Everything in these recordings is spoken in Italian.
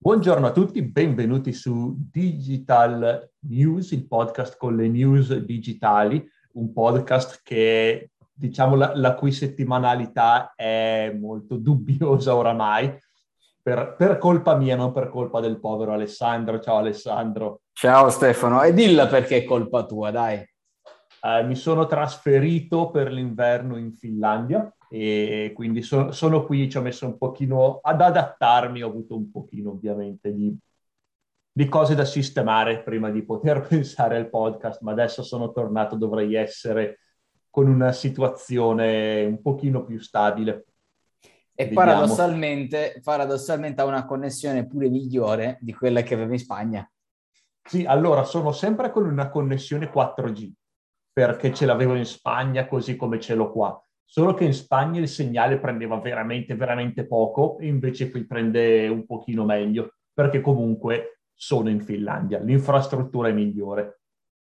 Buongiorno a tutti, benvenuti su Digital News, il podcast con le news digitali, un podcast che, diciamo, la cui settimanalità è molto dubbiosa oramai, per colpa mia, non per colpa del povero Alessandro. Ciao Alessandro. Ciao Stefano, e dilla perché è colpa tua, dai. Mi sono trasferito per l'inverno in Finlandia e quindi sono qui, ci ho messo un pochino ad adattarmi, ho avuto un pochino ovviamente di cose da sistemare prima di poter pensare al podcast, ma adesso sono tornato, dovrei essere con una situazione un pochino più stabile. E Vediamo. paradossalmente ha una connessione pure migliore di quella che avevo in Spagna. Sì, allora sono sempre con una connessione 4G, perché ce l'avevo in Spagna così come ce l'ho qua. Solo che in Spagna il segnale prendeva veramente, veramente poco, e invece qui prende un pochino meglio, perché comunque sono in Finlandia, l'infrastruttura è migliore.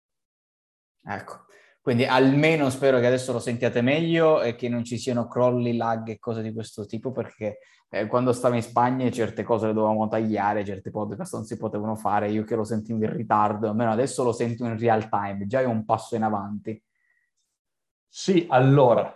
Ecco, quindi almeno spero che adesso lo sentiate meglio e che non ci siano crolli, lag e cose di questo tipo, perché quando stavo in Spagna certe cose le dovevamo tagliare, certe podcast non si potevano fare, io che lo sentivo in ritardo, almeno adesso lo sento in real time, già è un passo in avanti. Sì, allora,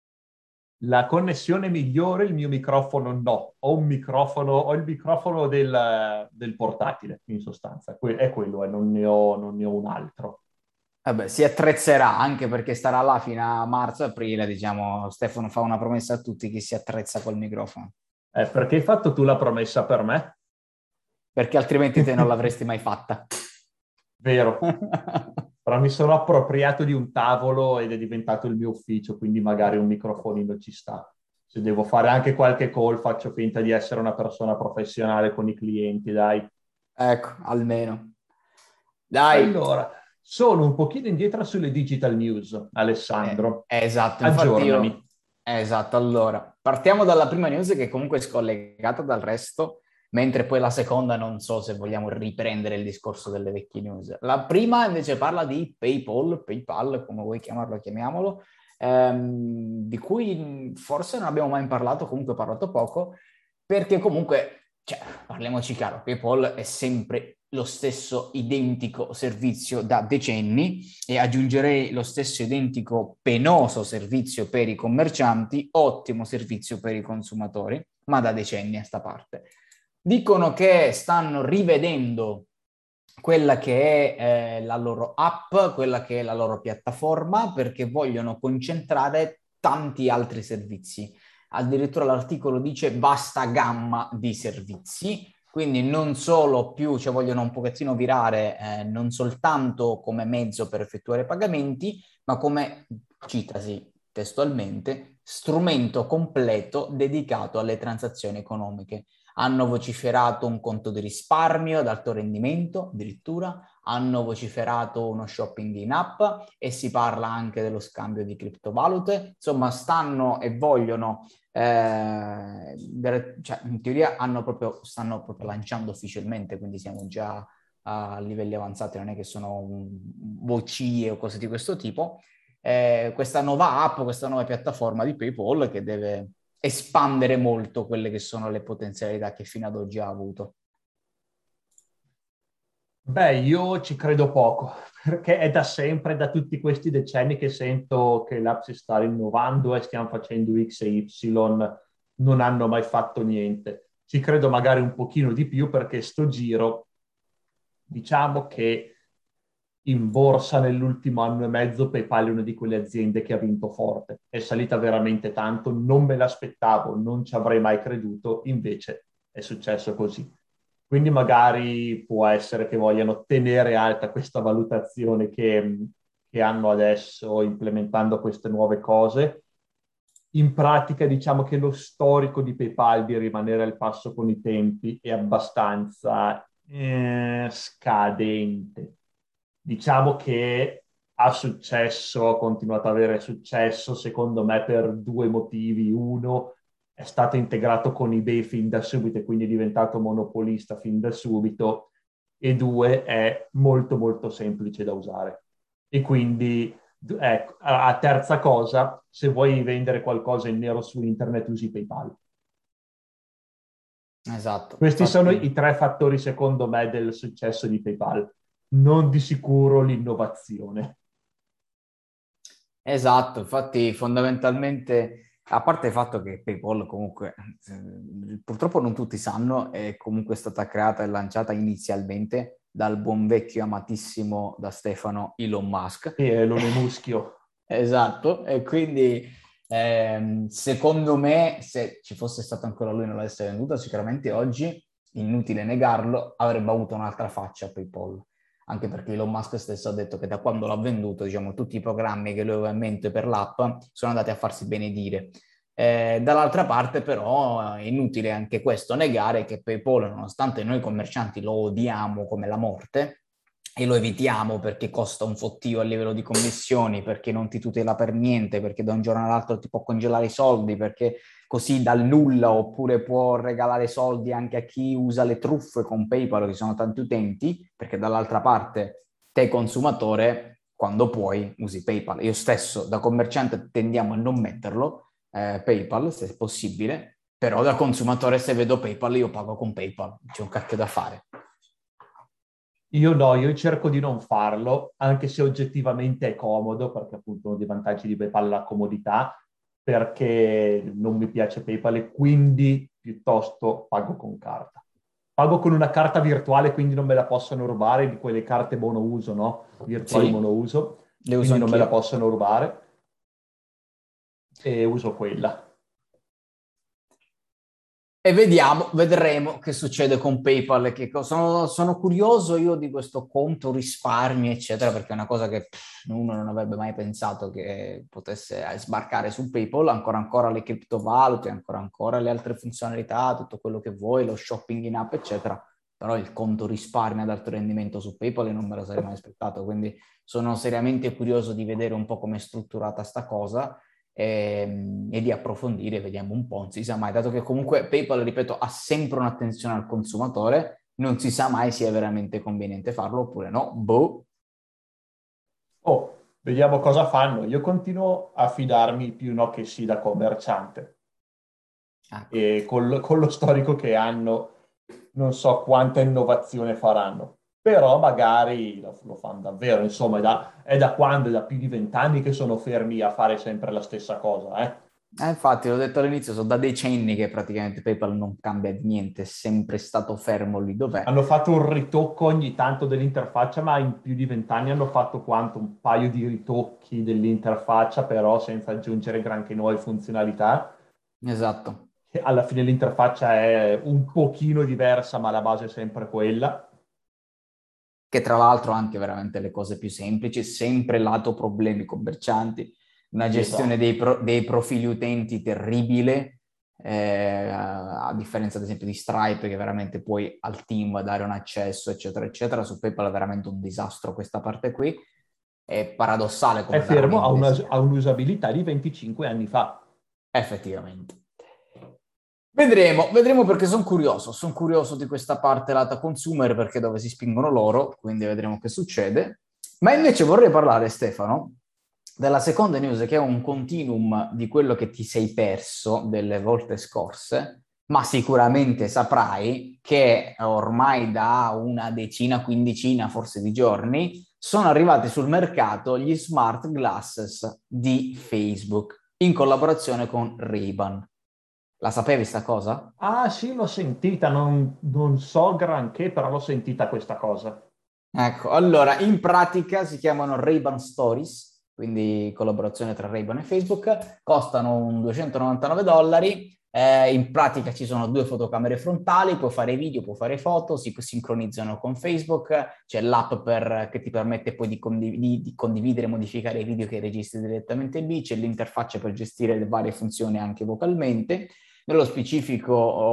la connessione migliore, il mio microfono no, ho il microfono del portatile, in sostanza, è quello, non ne ho un altro. Vabbè, si attrezzerà anche perché starà là fino a marzo-aprile, diciamo, Stefano fa una promessa a tutti che si attrezza col microfono, Perché hai fatto tu la promessa per me? perché altrimenti te non l'avresti mai fatta. Vero, però mi sono appropriato di un tavolo ed è diventato il mio ufficio, quindi magari un microfonino ci sta. Se devo fare anche qualche call, faccio finta di essere una persona professionale con i clienti, dai. Ecco, almeno. Dai, Allora, sono un pochino indietro sulle digital news, Alessandro. esatto, infatti io... Aggiornami. Esatto, allora, partiamo dalla prima news che comunque è scollegata dal resto, mentre poi la seconda non so se vogliamo riprendere il discorso delle vecchie news. La prima invece parla di PayPal, come vuoi chiamarlo, chiamiamolo, di cui forse non abbiamo mai parlato, comunque parlato poco, perché comunque, cioè, parliamoci chiaro, PayPal è sempre lo stesso identico servizio da decenni e aggiungerei lo stesso identico penoso servizio per i commercianti, ottimo servizio per i consumatori, ma da decenni a sta parte. Dicono che stanno rivedendo quella che è la loro app, quella che è la loro piattaforma, perché vogliono concentrare tanti altri servizi. Addirittura l'articolo dice vasta gamma di servizi, quindi non solo più, cioè vogliono un pochettino virare non soltanto come mezzo per effettuare pagamenti, ma come, citasi testualmente, strumento completo dedicato alle transazioni economiche. Hanno vociferato un conto di risparmio ad alto rendimento, addirittura, hanno vociferato uno shopping in app e si parla anche dello scambio di criptovalute. Insomma, stanno e vogliono cioè, in teoria stanno proprio lanciando ufficialmente, quindi siamo già a livelli avanzati, non è che sono vocie o cose di questo tipo. Questa nuova app, questa nuova piattaforma di PayPal che deve espandere molto quelle che sono le potenzialità che fino ad oggi ha avuto. Beh, io ci credo poco, perché è da sempre, da tutti questi decenni che sento che l'app si sta rinnovando e stiamo facendo X e Y, non hanno mai fatto niente. Ci credo magari un pochino di più perché sto giro, diciamo che in borsa nell'ultimo anno e mezzo PayPal è una di quelle aziende che ha vinto forte, è salita veramente tanto, non me l'aspettavo, non ci avrei mai creduto, invece è successo così. Quindi magari può essere che vogliano tenere alta questa valutazione che hanno adesso implementando queste nuove cose. In pratica diciamo che lo storico di PayPal di rimanere al passo con i tempi è abbastanza scadente. Diciamo che ha successo, ha continuato ad avere successo, secondo me per due motivi. Uno, è stato integrato con eBay fin da subito e quindi è diventato monopolista fin da subito. E due, è molto molto semplice da usare. E quindi, ecco, a terza cosa, se vuoi vendere qualcosa in nero su internet usi PayPal. Esatto. Questi sono Infatti, i 3 fattori, secondo me, del successo di PayPal. Non di sicuro l'innovazione. esatto, infatti fondamentalmente, a parte il fatto che PayPal comunque, purtroppo non tutti sanno, è comunque stata creata e lanciata inizialmente dal buon vecchio amatissimo da Stefano Elon Musk. E lo ne muschio. Esatto, e quindi secondo me se ci fosse stato ancora lui e non l'avesse venduta, sicuramente oggi, inutile negarlo, avrebbe avuto un'altra faccia PayPal, anche perché Elon Musk stesso ha detto che da quando l'ha venduto, diciamo, tutti i programmi che lui aveva in mente per l'app sono andati a farsi benedire. Dall'altra parte però è inutile anche questo negare che PayPal, nonostante noi commercianti lo odiamo come la morte, e lo evitiamo perché costa un fottio a livello di commissioni, perché non ti tutela per niente, perché da un giorno all'altro ti può congelare i soldi, perché così dal nulla, oppure può regalare soldi anche a chi usa le truffe con PayPal, che sono tanti utenti, perché dall'altra parte te consumatore, quando puoi, usi PayPal. Io stesso da commerciante tendiamo a non metterlo, PayPal, se è possibile, però da consumatore se vedo PayPal io pago con PayPal, c'è un cacchio da fare. Io no, io cerco di non farlo, anche se oggettivamente è comodo, perché appunto uno dei vantaggi di PayPal è la comodità, perché non mi piace PayPal e quindi piuttosto pago con carta. Pago con una carta virtuale, quindi non me la possono rubare, di quelle carte monouso, no? Virtuali Sì, monouso, le uso quindi non me la anch'io. possono rubare e uso quella. E vedremo che succede con PayPal. E sono curioso io di questo conto risparmi, eccetera, perché è una cosa che uno non avrebbe mai pensato che potesse sbarcare su PayPal. Ancora le criptovalute, ancora le altre funzionalità, tutto quello che vuoi, lo shopping in app, eccetera. Però il conto risparmi ad alto rendimento su PayPal non me lo sarei mai aspettato. Quindi sono seriamente curioso di vedere un po' come è strutturata sta cosa e di approfondire, vediamo un po', non si sa mai, dato che comunque PayPal, ripeto, ha sempre un'attenzione al consumatore, non si sa mai se è veramente conveniente farlo oppure no. Boh. Oh, vediamo cosa fanno. Io continuo a fidarmi più no che sì da commerciante. Ecco. E con lo storico che hanno, non so quanta innovazione faranno, però magari lo fanno davvero. Insomma, è da quando, è da più di 20 anni che sono fermi a fare sempre la stessa cosa, eh? Infatti, l'ho detto all'inizio, sono da decenni che praticamente PayPal non cambia di niente, è sempre stato fermo lì dov'è. Hanno fatto un ritocco ogni tanto dell'interfaccia, ma in più di 20 anni hanno fatto quanto? Un paio di ritocchi dell'interfaccia, però senza aggiungere granché nuove funzionalità. Esatto. E alla fine l'interfaccia è un pochino diversa, ma la base è sempre quella. Che tra l'altro ha anche veramente le cose più semplici, sempre lato problemi commercianti, una Sì, gestione esatto. dei profili utenti terribile, a differenza ad esempio di Stripe che veramente puoi al team dare un accesso, eccetera, eccetera. Su PayPal è veramente un disastro questa parte qui, è paradossale È come fermo veramente sia, a un'usabilità di 25 anni fa. effettivamente. Vedremo perché sono curioso di questa parte lata consumer perché dove si spingono loro, quindi vedremo che succede. Ma invece vorrei parlare, Stefano, della seconda news che è un continuum di quello che ti sei perso delle volte scorse, ma sicuramente saprai che ormai da una decina, quindicina forse di giorni sono arrivati sul mercato gli smart glasses di Facebook in collaborazione con Ray-Ban. La sapevi sta cosa? Ah sì, l'ho sentita, non so granché, però l'ho sentita questa cosa. Ecco, allora, in pratica si chiamano Ray-Ban Stories, quindi collaborazione tra Ray-Ban e Facebook, costano un $299, in pratica ci sono due fotocamere frontali, puoi fare video, puoi fare foto, si sincronizzano con Facebook, c'è l'app che ti permette poi di condividere e modificare i video che registri direttamente lì, c'è l'interfaccia per gestire le varie funzioni anche vocalmente. Nello specifico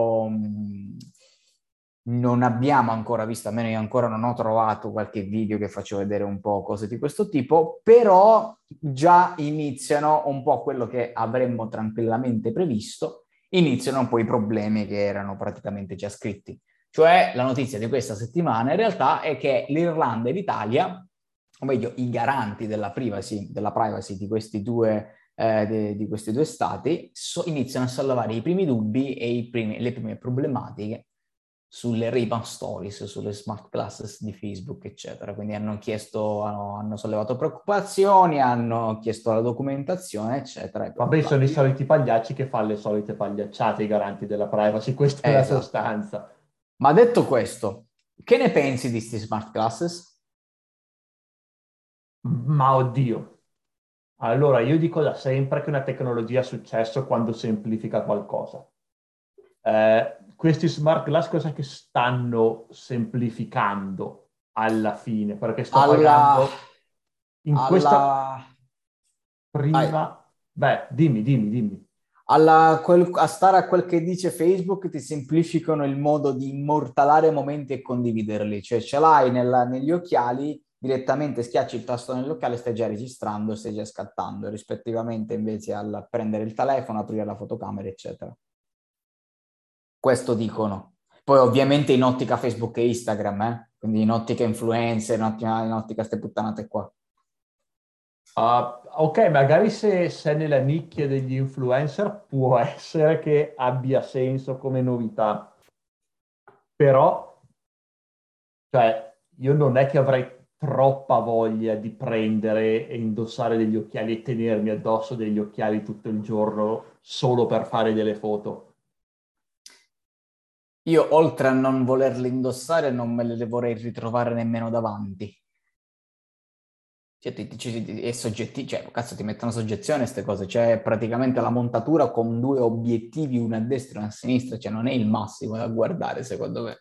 non abbiamo ancora visto, almeno io ancora non ho trovato qualche video che faccio vedere un po' cose di questo tipo, però già iniziano un po' quello che avremmo tranquillamente previsto, iniziano un po' i problemi che erano praticamente già scritti. Cioè la notizia di questa settimana in realtà è che l'Irlanda e l'Italia, o meglio i garanti della privacy di questi due di questi due stati, iniziano a sollevare i primi dubbi e le prime problematiche sulle Ray-Ban Stories, sulle smart glasses di Facebook, eccetera. Quindi hanno sollevato preoccupazioni, hanno chiesto la documentazione, eccetera. E bla bla Vabbè, bla. sono i soliti pagliacci che fanno le solite pagliacciate, i garanti della privacy, questa è la Esatto. sostanza. Ma detto questo, che ne pensi di questi smart glasses? Ma oddio. Allora, io dico da sempre che una tecnologia ha successo quando semplifica qualcosa. Questi smart glass cosa che stanno semplificando alla fine? Perché sto Alla... pagando in questa alla... Vai. prima... Beh, dimmi. A stare a quel che dice Facebook ti semplificano il modo di immortalare momenti e condividerli, cioè ce l'hai negli occhiali, direttamente schiacci il tasto nell'occhiale, stai già registrando, stai già scattando, rispettivamente invece al prendere il telefono, aprire la fotocamera, eccetera. Questo dicono. Poi ovviamente in ottica Facebook e Instagram, quindi in ottica influencer, in ottica ste puttanate qua. Ok, magari se è nella nicchia degli influencer può essere che abbia senso come novità, però cioè, io non è che avrei troppa voglia di prendere e indossare degli occhiali e tenermi addosso degli occhiali tutto il giorno solo per fare delle foto. Io, oltre a non volerle indossare, non me le vorrei ritrovare nemmeno davanti. Cioè, è soggettivo, cioè, cazzo, ti mettono soggezione queste cose. C'è praticamente la montatura con due obiettivi, una a destra e una a sinistra, cioè non è il massimo da guardare, secondo me.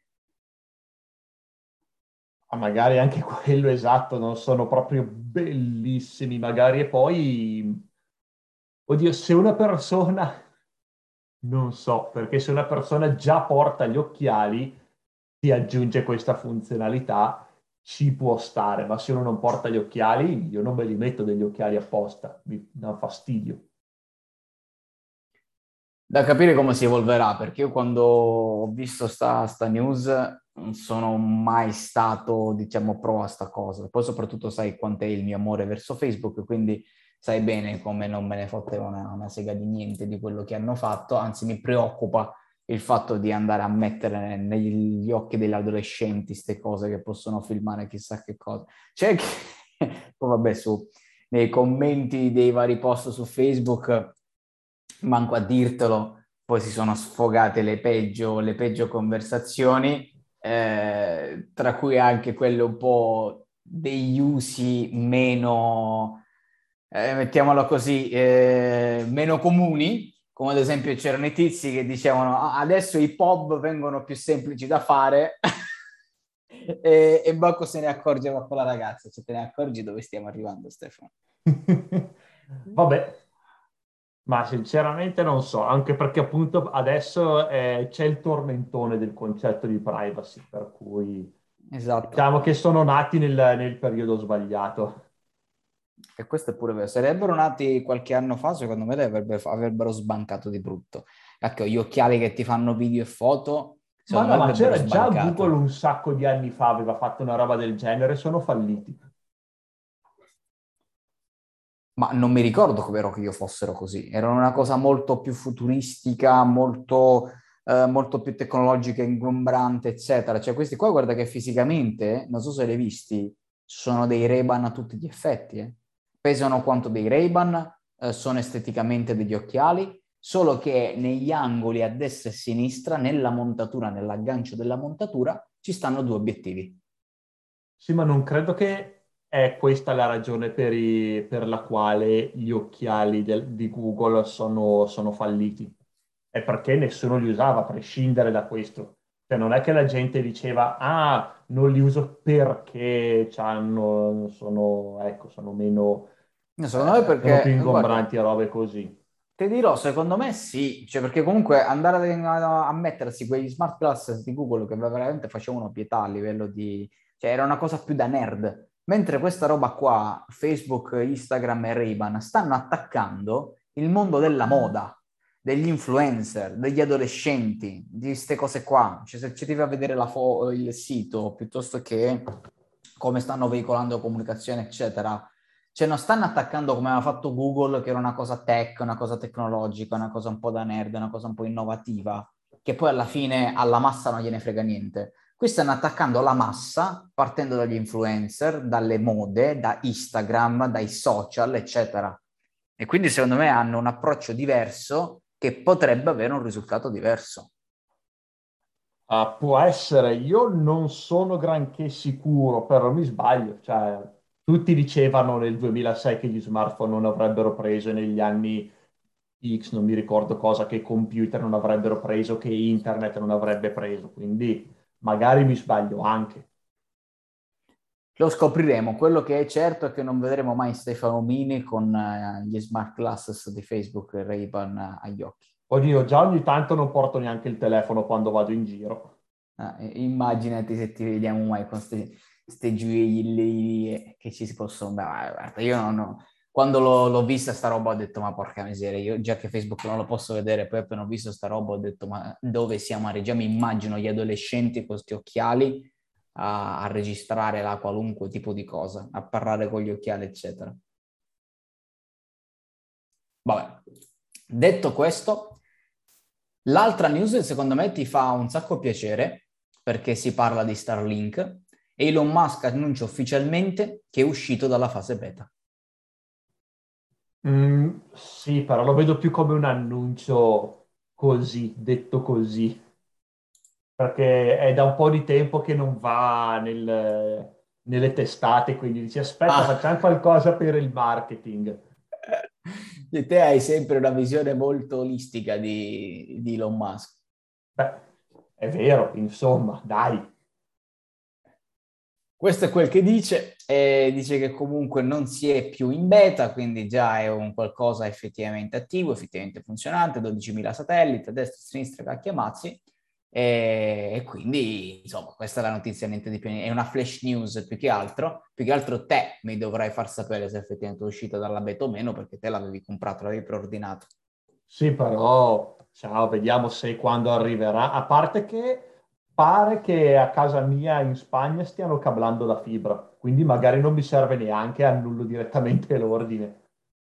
Ma magari anche quello esatto, non sono proprio bellissimi, magari e poi, oddio, se una persona, non so, perché se una persona già porta gli occhiali, ti aggiunge questa funzionalità, ci può stare, ma se uno non porta gli occhiali, io non me li metto degli occhiali apposta, mi dà fastidio. Da capire come si evolverà, perché io quando ho visto sta news non sono mai stato, diciamo, pro a sta cosa. Poi soprattutto sai quant'è il mio amore verso Facebook, quindi sai bene come non me ne fotte una sega di niente di quello che hanno fatto, anzi mi preoccupa il fatto di andare a mettere negli occhi degli adolescenti queste cose che possono filmare chissà che cosa. C'è che, poi vabbè, nei commenti dei vari post su Facebook manco a dirtelo, poi si sono sfogate le peggio conversazioni, tra cui anche quelle un po' degli usi meno, mettiamolo così, meno comuni, come ad esempio c'erano i tizi che dicevano adesso i pub vengono più semplici da fare e Bacco se ne accorgeva con la ragazza, se te ne accorgi dove stiamo arrivando, Stefano? Vabbè, ma sinceramente non so, anche perché appunto adesso c'è il tormentone del concetto di privacy, per cui Esatto. diciamo che sono nati nel periodo sbagliato. E questo è pure vero. Sarebbero nati qualche anno fa, secondo me avrebbero sbancato di brutto. Ecco, gli occhiali che ti fanno video e foto, Ma secondo no, me ma avrebbero c'era già Google sbancato. un sacco di anni fa, aveva fatto una roba del genere, sono falliti. Ma non mi ricordo però che io fossero così. Erano una cosa molto più futuristica, molto più tecnologica, ingombrante, eccetera. Cioè questi qua, guarda che fisicamente, non so se li hai visti, sono dei Ray-Ban a tutti gli effetti. Pesano quanto dei Ray-Ban, sono esteticamente degli occhiali, solo che negli angoli a destra e a sinistra, nella montatura, nell'aggancio della montatura, ci stanno due obiettivi. Sì, ma non credo che è questa la ragione per la quale gli occhiali di Google sono falliti. È perché nessuno li usava, a prescindere da questo. Cioè, non è che la gente diceva, ah, non li uso perché ecco, No, secondo me sono più perché, guarda, ingombranti e robe così. ti dirò, secondo me sì, cioè perché comunque andare a mettersi quegli smart glasses di Google che veramente facevano pietà a livello di... cioè era una cosa più da nerd, mentre questa roba qua, Facebook, Instagram e Ray-Ban stanno attaccando il mondo della moda, degli influencer, degli adolescenti, di queste cose qua. Cioè se ci devi a vedere il sito, piuttosto che come stanno veicolando comunicazione, eccetera, Cioè non stanno attaccando come aveva fatto Google, che era una cosa tech, una cosa tecnologica, una cosa un po' da nerd, una cosa un po' innovativa, che poi alla fine alla massa non gliene frega niente. Qui stanno attaccando la massa, partendo dagli influencer, dalle mode, da Instagram, dai social, eccetera. E quindi secondo me hanno un approccio diverso che potrebbe avere un risultato diverso. Può essere, io non sono granché sicuro, però mi sbaglio. Cioè, tutti dicevano nel 2006 che gli smartphone non avrebbero preso e negli anni X, non mi ricordo cosa, che i computer non avrebbero preso, che internet non avrebbe preso. Quindi magari mi sbaglio anche. Lo scopriremo. Quello che è certo è che non vedremo mai Stefano Mini con gli smart glasses di Facebook e Ray-Ban agli occhi. Oddio, già ogni tanto non porto neanche il telefono quando vado in giro. Immaginati se ti vediamo mai con queste gioielli che ci si possono... Beh, guarda, io non ho... Quando l'ho vista sta roba ho detto ma porca miseria, io già che Facebook non lo posso vedere, poi appena ho visto sta roba ho detto ma dove siamo a Già mi immagino gli adolescenti con questi occhiali a registrare la qualunque tipo di cosa, a parlare con gli occhiali eccetera. Vabbè, detto questo, l'altra news secondo me ti fa un sacco piacere perché si parla di Starlink e Elon Musk annuncia ufficialmente che è uscito dalla fase beta. Sì, però lo vedo più come un annuncio così, detto così, perché è da un po' di tempo che non va nelle testate, quindi dici aspetta, Ah, facciamo qualcosa per il marketing. e te hai sempre una visione molto olistica di Elon Musk. Beh, è vero, insomma, dai. Questo è quel che dice, e dice che comunque non si è più in beta, quindi già è un qualcosa effettivamente attivo, effettivamente funzionante, 12.000 satelliti, a destra e a sinistra, cacchio e mazzi, e quindi insomma questa è la notizia, niente di più, è una flash news più che altro te mi dovrai far sapere se effettivamente è uscita dalla beta o meno, perché te l'avevi comprato, l'avevi preordinato. Sì, però, ciao, vediamo se e quando arriverà. A parte che pare che a casa mia in Spagna stiano cablando la fibra, quindi magari non mi serve neanche, annullo direttamente l'ordine.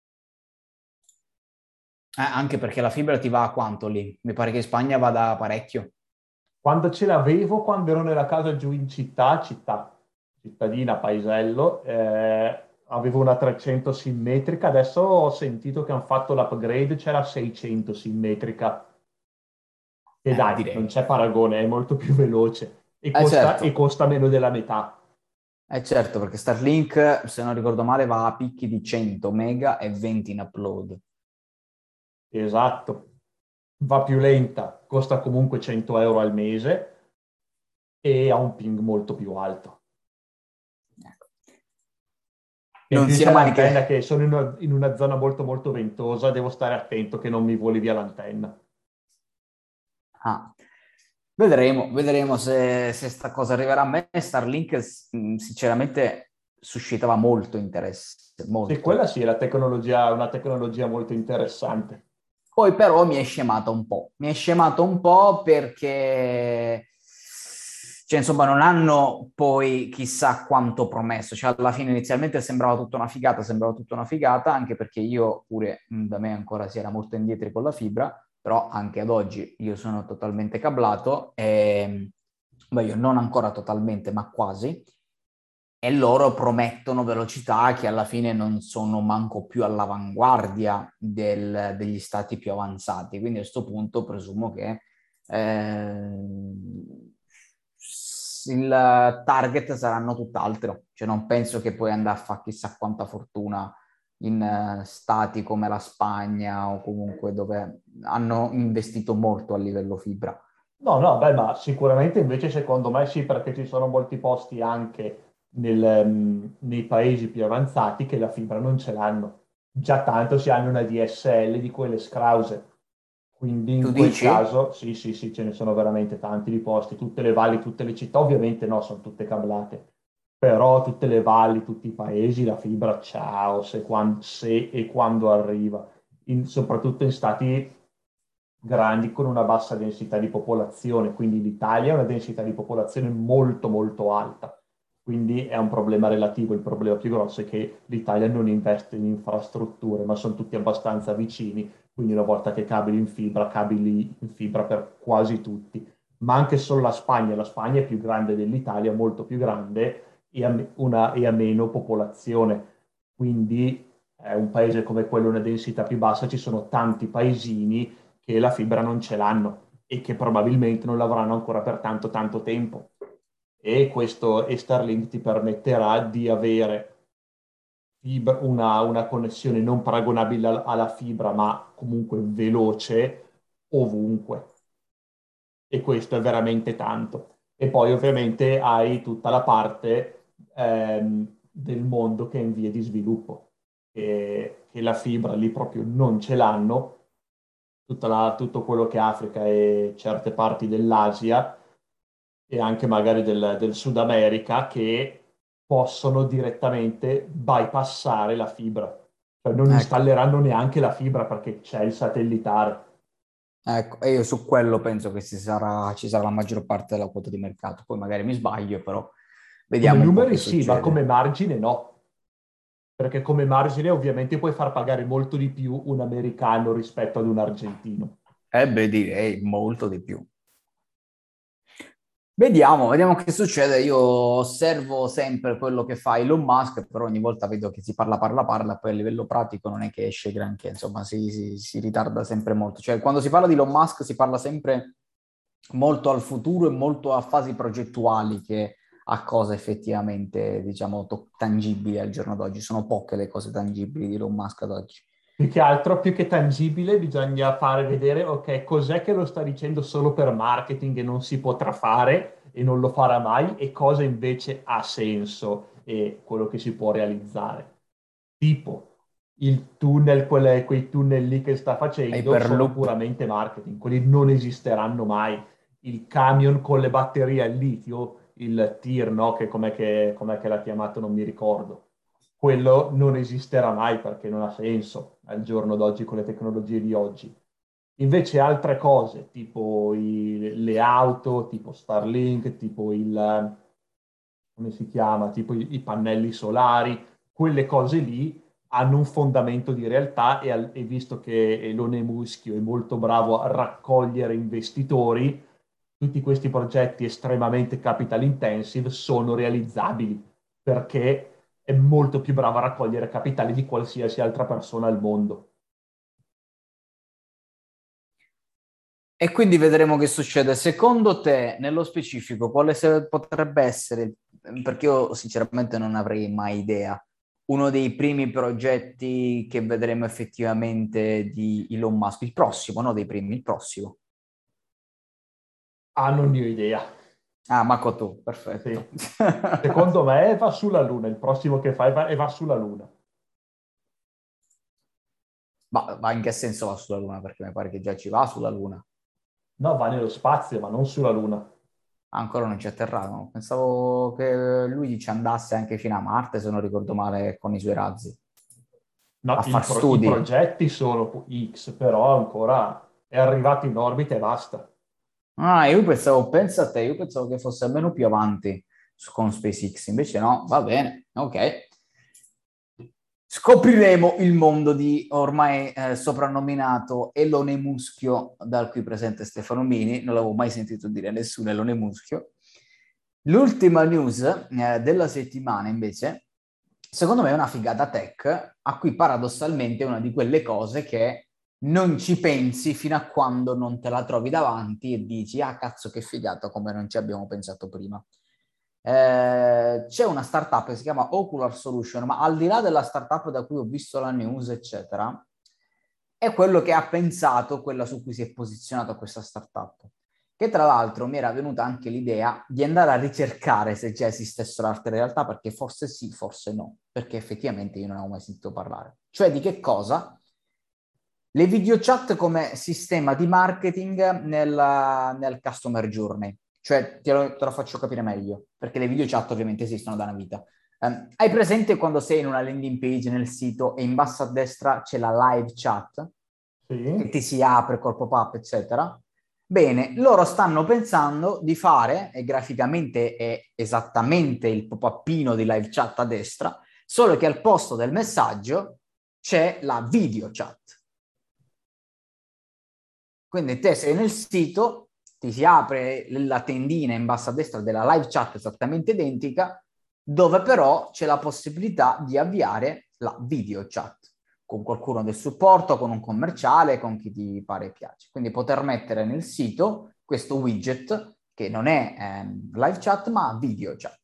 Anche perché la fibra ti va a quanto lì? Mi pare che in Spagna vada parecchio. Quando ce l'avevo, quando ero nella casa giù in cittadina, paesello, avevo una 300 simmetrica, adesso ho sentito che hanno fatto l'upgrade, c'è la 600 simmetrica. E dai, non Direi. c'è paragone, è molto più veloce e Certo. costa meno della metà. Certo, perché Starlink, se non ricordo male, va a picchi di 100 mega e 20 in upload. Esatto, va più lenta, costa comunque 100 euro al mese e ha un ping molto più alto. Ecco. E in Non più sia c'è mai l'antenna che... che sono in una zona molto molto ventosa, devo stare attento che non mi voli via l'antenna. Ah. Vedremo se sta cosa arriverà a me. Starlink sinceramente suscitava molto interesse, Sì, quella molto. sì, è una tecnologia molto interessante. Poi però mi è scemato un po'. Mi è scemato un po' perché, cioè, insomma, non hanno poi chissà quanto promesso. Cioè, alla fine inizialmente sembrava tutta una figata, anche perché io pure, da me ancora si era molto indietro con la fibra, però anche ad oggi io sono totalmente cablato, beh, io non ancora totalmente, ma quasi, e loro promettono velocità che alla fine non sono manco più all'avanguardia degli stati più avanzati. Quindi a questo punto presumo che il target saranno tutt'altro. Cioè non penso che puoi andare a fare chissà quanta fortuna in stati come la Spagna o comunque dove hanno investito molto a livello fibra. No, no, beh, ma sicuramente invece secondo me sì, perché ci sono molti posti anche nei paesi più avanzati che la fibra non ce l'hanno. Già tanto si hanno una DSL di quelle scrause. Quindi in Tu quel dici? caso, sì, sì, sì, ce ne sono veramente tanti di posti, tutte le valli, tutte le città, ovviamente no, sono tutte cablate, però tutte le valli, tutti i paesi, la fibra, ciao, se e quando arriva, soprattutto in stati grandi con una bassa densità di popolazione, quindi l'Italia ha una densità di popolazione molto molto alta, quindi è un problema relativo. Il problema più grosso è che l'Italia non investe in infrastrutture, ma sono tutti abbastanza vicini, quindi una volta che cabili in fibra per quasi tutti. Ma anche solo la Spagna è più grande dell'Italia, molto più grande e ha meno popolazione. Quindi è un paese come quello, una densità più bassa, ci sono tanti paesini che la fibra non ce l'hanno e che probabilmente non l'avranno ancora per tanto tanto tempo. E questo Starlink ti permetterà di avere una connessione non paragonabile alla fibra, ma comunque veloce ovunque. E questo è veramente tanto. E poi ovviamente hai tutta la parte del mondo che è in via di sviluppo, che la fibra lì proprio non ce l'hanno, tutto quello che è Africa e certe parti dell'Asia e anche magari del Sud America che possono direttamente bypassare la fibra. Cioè non Ecco, installeranno neanche la fibra perché c'è il satellitare. ecco, e io su quello penso che ci sarà la maggior parte della quota di mercato. Poi magari mi sbaglio, però Come vediamo un po' che numeri sì, ma come succede. margine no, perché come margine ovviamente puoi far pagare molto di più un americano rispetto ad un argentino. Beh, direi molto di più. Vediamo che succede. Io osservo sempre quello che fa Elon Musk, però ogni volta vedo che si parla, poi a livello pratico non è che esce granché, insomma, si ritarda sempre molto. Cioè, quando si parla di Elon Musk si parla sempre molto al futuro e molto a fasi progettuali che a cose effettivamente, diciamo, tangibili al giorno d'oggi. Sono poche le cose tangibili di Elon Musk ad oggi. Più che altro, più che tangibile, bisogna fare vedere, ok, cos'è che lo sta dicendo solo per marketing e non si potrà fare e non lo farà mai e cosa invece ha senso e quello che si può realizzare. Tipo, il tunnel, quei tunnel lì che sta facendo sono Hyperloop. puramente marketing, quelli non esisteranno mai. Il camion con le batterie al litio, il TIR, no? Com'è che l'ha chiamato, non mi ricordo. Quello non esisterà mai perché non ha senso al giorno d'oggi con le tecnologie di oggi. Invece altre cose, tipo le auto, tipo Starlink, tipo come si chiama, tipo i pannelli solari, quelle cose lì hanno un fondamento di realtà e visto che Elon Muschio è molto bravo a raccogliere investitori, tutti questi progetti estremamente capital intensive sono realizzabili perché è molto più bravo a raccogliere capitali di qualsiasi altra persona al mondo. E quindi vedremo che succede. Secondo te, nello specifico, potrebbe essere, perché io sinceramente non avrei mai idea, uno dei primi progetti che vedremo effettivamente di Elon Musk, il prossimo, no dei primi, il prossimo. Ah, non ne ho idea. Ah, Mako tu, Sì. perfetto. Secondo me va sulla Luna, il prossimo che fai va sulla Luna. Ma in che senso va sulla Luna? Perché mi pare che già ci va sulla Luna. No, va nello spazio, ma non sulla Luna. Ancora non ci atterrarono. Pensavo che lui ci andasse anche fino a Marte, se non ricordo male, con i suoi razzi, No, a far i studi. progetti sono X, però ancora è arrivato in orbita e basta. Ah, io pensavo, pensa a te, io pensavo che fosse almeno più avanti con SpaceX, invece no, va bene, ok. Scopriremo il mondo di ormai soprannominato Elone Muschio, dal qui presente Stefano Mini, non l'avevo mai sentito dire nessuno Elone Muschio. L'ultima news della settimana invece, secondo me è una figata tech, a cui paradossalmente è una di quelle cose che non ci pensi fino a quando non te la trovi davanti e dici, ah cazzo che figata, come non ci abbiamo pensato prima. C'è una startup che si chiama Ocular Solution, ma al di là della startup da cui ho visto la news, eccetera, è quello che ha pensato, quella su cui si è posizionata questa startup. Che tra l'altro mi era venuta anche l'idea di andare a ricercare se già esistessero altre realtà, perché forse sì, forse no, perché effettivamente io non avevo mai sentito parlare. Cioè di che cosa? Le video chat come sistema di marketing nel customer journey. Cioè, te lo faccio capire meglio, perché le video chat ovviamente esistono da una vita. Hai presente quando sei in una landing page nel sito e in basso a destra c'è la live chat Sì, che ti si apre col pop-up, eccetera? Bene, loro stanno pensando di fare, e graficamente è esattamente il pop-upino di live chat a destra, solo che al posto del messaggio c'è la video chat. Quindi te sei nel sito, ti si apre la tendina in basso a destra della live chat esattamente identica, dove però c'è la possibilità di avviare la video chat con qualcuno del supporto, con un commerciale, con chi ti pare e piace. Quindi poter mettere nel sito questo widget che non è live chat ma video chat.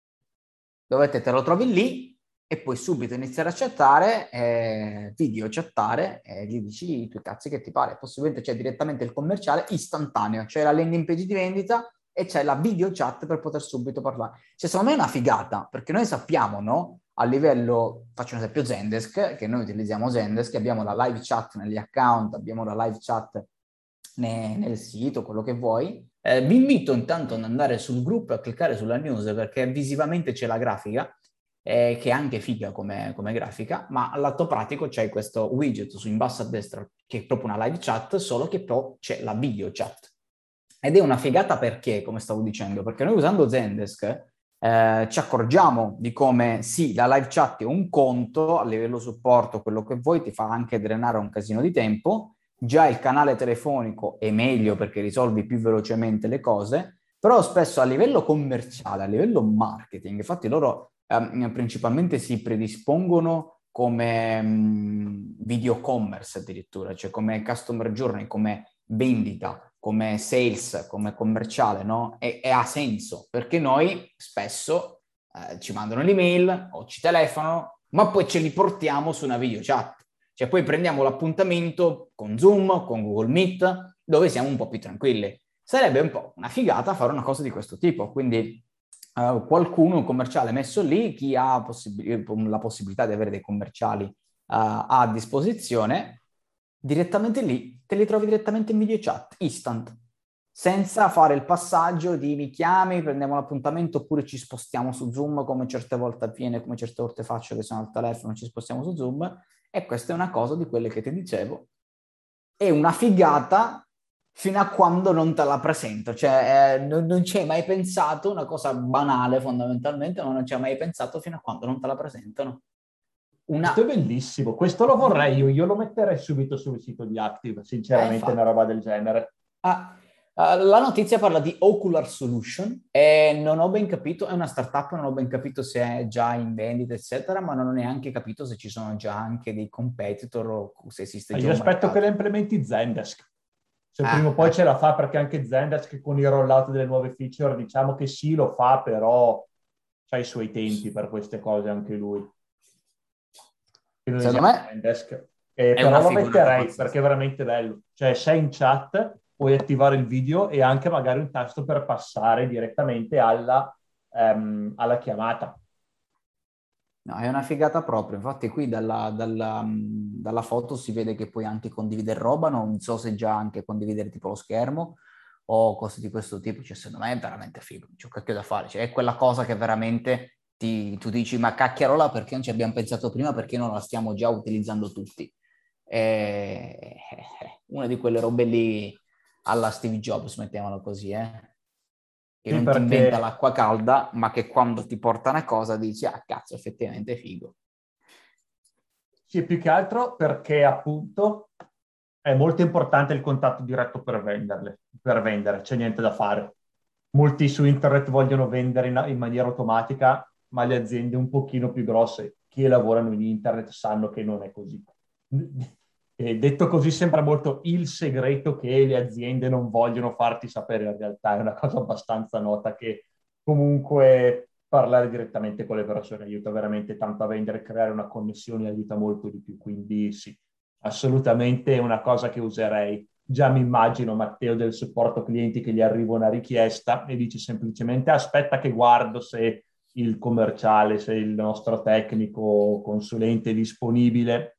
Dovete te lo trovi lì e puoi subito iniziare a chattare, video chattare e gli dici i tuoi cazzi che ti pare. Possibilmente c'è direttamente il commerciale istantaneo, c'è la landing page di vendita e c'è la video chat per poter subito parlare. Cioè, secondo me è una figata, perché noi sappiamo, no? A livello, faccio un esempio Zendesk, che noi utilizziamo Zendesk, abbiamo la live chat negli account, abbiamo la live chat nel sito, quello che vuoi. Vi invito intanto ad andare sul gruppo e a cliccare sulla news perché visivamente c'è la grafica, che è anche figa come grafica, ma al lato pratico c'è questo widget su in basso a destra che è proprio una live chat, solo che poi c'è la video chat. Ed è una figata perché, come stavo dicendo, perché noi usando Zendesk ci accorgiamo di come sì, la live chat è un conto, a livello supporto, quello che vuoi, ti fa anche drenare un casino di tempo, già il canale telefonico è meglio perché risolvi più velocemente le cose, però spesso a livello commerciale, a livello marketing, infatti loro principalmente si predispongono come video commerce addirittura, cioè come customer journey, come vendita, come sales, come commerciale, no? E ha senso, perché noi spesso ci mandano l'email o ci telefonano, ma poi ce li portiamo su una video chat. Cioè poi prendiamo l'appuntamento con Zoom, con Google Meet, dove siamo un po' più tranquilli. Sarebbe un po' una figata fare una cosa di questo tipo, quindi qualcuno, un commerciale messo lì, chi ha la possibilità di avere dei commerciali a disposizione, direttamente lì, te li trovi direttamente in video chat, instant, senza fare il passaggio di mi chiami, prendiamo l'appuntamento oppure ci spostiamo su Zoom come certe volte avviene, come certe volte faccio che sono al telefono, ci spostiamo su Zoom. E questa è una cosa di quelle che ti dicevo. È una figata fino a quando non te la presento. Cioè, non ci hai mai pensato, una cosa banale fondamentalmente, ma non ci hai mai pensato fino a quando non te la presentano. Questo è bellissimo, questo lo vorrei io lo metterei subito sul sito di Active, sinceramente, una Infatti. roba del genere. La notizia parla di Ocular Solution e non ho ben capito, è una startup, non ho ben capito se è già in vendita, eccetera, ma non ho neanche capito se ci sono già anche dei competitor o se esiste già Io un aspetto che la mercato. implementi Zendesk. Se prima o Ah, poi ce la fa, perché anche Zendesk con il rollout delle nuove feature, diciamo che sì, lo fa, però ha i suoi tempi per queste cose anche lui. secondo me Zendesk. è Però una lo figurata metterei pazzesca. perché è veramente bello. Cioè, sei in chat, puoi attivare il video e anche magari un tasto per passare direttamente alla chiamata. No, è una figata proprio. Infatti qui dalla foto si vede che puoi anche condividere roba, non so se già anche condividere tipo lo schermo o cose di questo tipo. Cioè, secondo me è veramente figo, c'è un cacchio da fare. Cioè, è quella cosa che veramente tu dici, ma cacchiarola, perché non ci abbiamo pensato prima, perché non la stiamo già utilizzando tutti. È una di quelle robe lì alla Steve Jobs, mettiamola così, che Sì, non ti inventa perché l'acqua calda, ma che quando ti porta una cosa dici, ah cazzo, effettivamente è figo. sì, più che altro perché appunto è molto importante il contatto diretto per vendere, c'è niente da fare. Molti su internet vogliono vendere in maniera automatica, ma le aziende un pochino più grosse che lavorano in internet sanno che non è così. E detto così sembra molto il segreto che le aziende non vogliono farti sapere, in realtà è una cosa abbastanza nota che comunque parlare direttamente con le persone aiuta veramente tanto a vendere, creare una connessione aiuta molto di più, quindi sì, assolutamente è una cosa che userei. Già mi immagino Matteo del supporto clienti che gli arriva una richiesta e dice semplicemente aspetta che guardo se il commerciale, se il nostro tecnico o consulente è disponibile.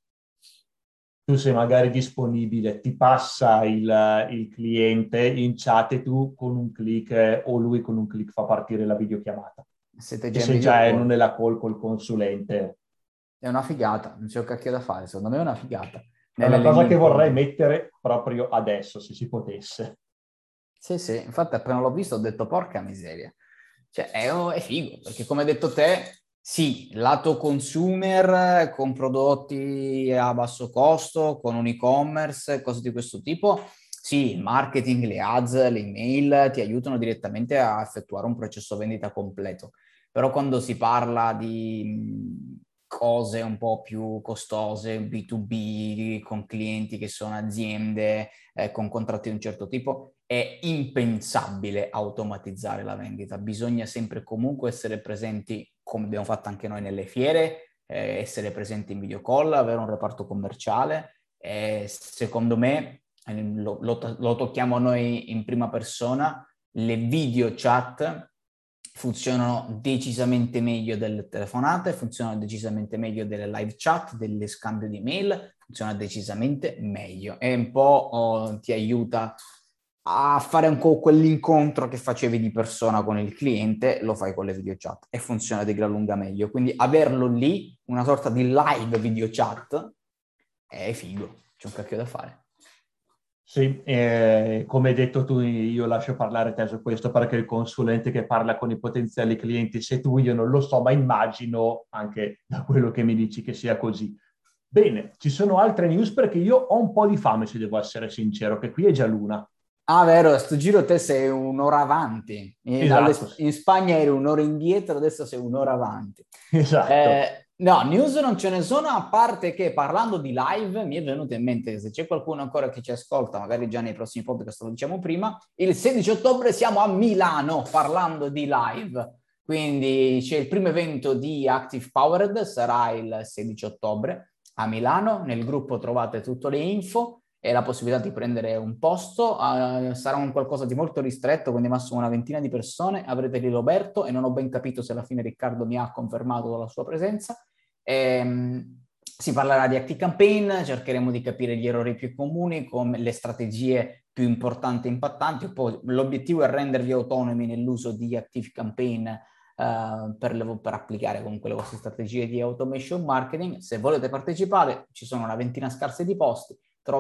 Tu sei magari disponibile, ti passa il cliente in chat e tu con un clic o lui con un clic fa partire la videochiamata. Siete E già in se video già call. non è la call col consulente. È una figata, non c'è un cacchio da fare, secondo me è una figata. È una cosa che vorrei link. mettere proprio adesso, se si potesse. Sì, sì, infatti appena l'ho visto ho detto porca miseria. Cioè è figo, perché come hai detto te, sì, lato consumer con prodotti a basso costo, con un e-commerce, cose di questo tipo, sì, il marketing, le ads, le email ti aiutano direttamente a effettuare un processo vendita completo. Però quando si parla di cose un po' più costose, B2B, con clienti che sono aziende, con contratti di un certo tipo, è impensabile automatizzare la vendita. Bisogna sempre comunque essere presenti, come abbiamo fatto anche noi nelle fiere, essere presenti in video call, avere un reparto commerciale. Secondo me, lo tocchiamo noi in prima persona, le video chat funzionano decisamente meglio delle telefonate, funzionano decisamente meglio delle live chat, delle scambio di mail, funziona decisamente meglio e un po' ti aiuta a fare un po' quell'incontro che facevi di persona con il cliente, lo fai con le video chat e funziona di gran lunga meglio. Quindi averlo lì, una sorta di live video chat, è figo, c'è un cacchio da fare. Sì, come hai detto tu, io lascio parlare te su questo perché il consulente che parla con i potenziali clienti, se tu io non lo so, ma immagino anche da quello che mi dici che sia così. Bene, ci sono altre news perché io ho un po' di fame, se devo essere sincero, che qui è già l'una. Ah, vero, a sto giro te sei un'ora avanti. Esatto, sì. In Spagna eri un'ora indietro, adesso sei un'ora avanti. Esatto. No, news non ce ne sono, a parte che parlando di live mi è venuto in mente che se c'è qualcuno ancora che ci ascolta, magari già nei prossimi podcast lo diciamo prima, il 16 ottobre siamo a Milano parlando di live. Quindi c'è il primo evento di Active Powered, sarà il 16 ottobre a Milano. Nel gruppo trovate tutte le info e la possibilità di prendere un posto. Sarà un qualcosa di molto ristretto, quindi massimo una ventina di persone. Avrete lì Roberto e non ho ben capito se alla fine Riccardo mi ha confermato la sua presenza. Si parlerà di Active Campaign, cercheremo di capire gli errori più comuni, come le strategie più importanti e impattanti. Poi l'obiettivo è rendervi autonomi nell'uso di Active Campaign per applicare comunque le vostre strategie di automation marketing. Se volete partecipare, ci sono una ventina scarse di posti.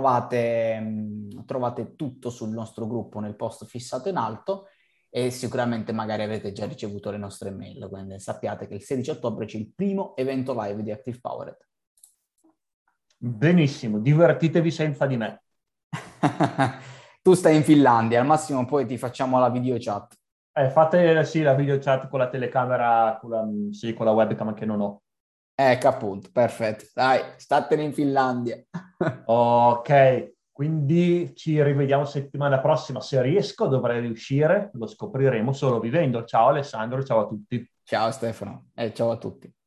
Trovate tutto sul nostro gruppo nel post fissato in alto e sicuramente magari avete già ricevuto le nostre mail, quindi sappiate che il 16 ottobre c'è il primo evento live di Active Powered. Benissimo, divertitevi senza di me. Tu stai in Finlandia, al massimo poi ti facciamo la video chat. Fate sì la video chat con la telecamera, sì, con la webcam che non ho. Ecco appunto, perfetto. Dai, statene in Finlandia. Ok, quindi ci rivediamo settimana prossima. Se riesco, dovrei riuscire, lo scopriremo solo vivendo. Ciao Alessandro, ciao a tutti. Ciao Stefano e ciao a tutti.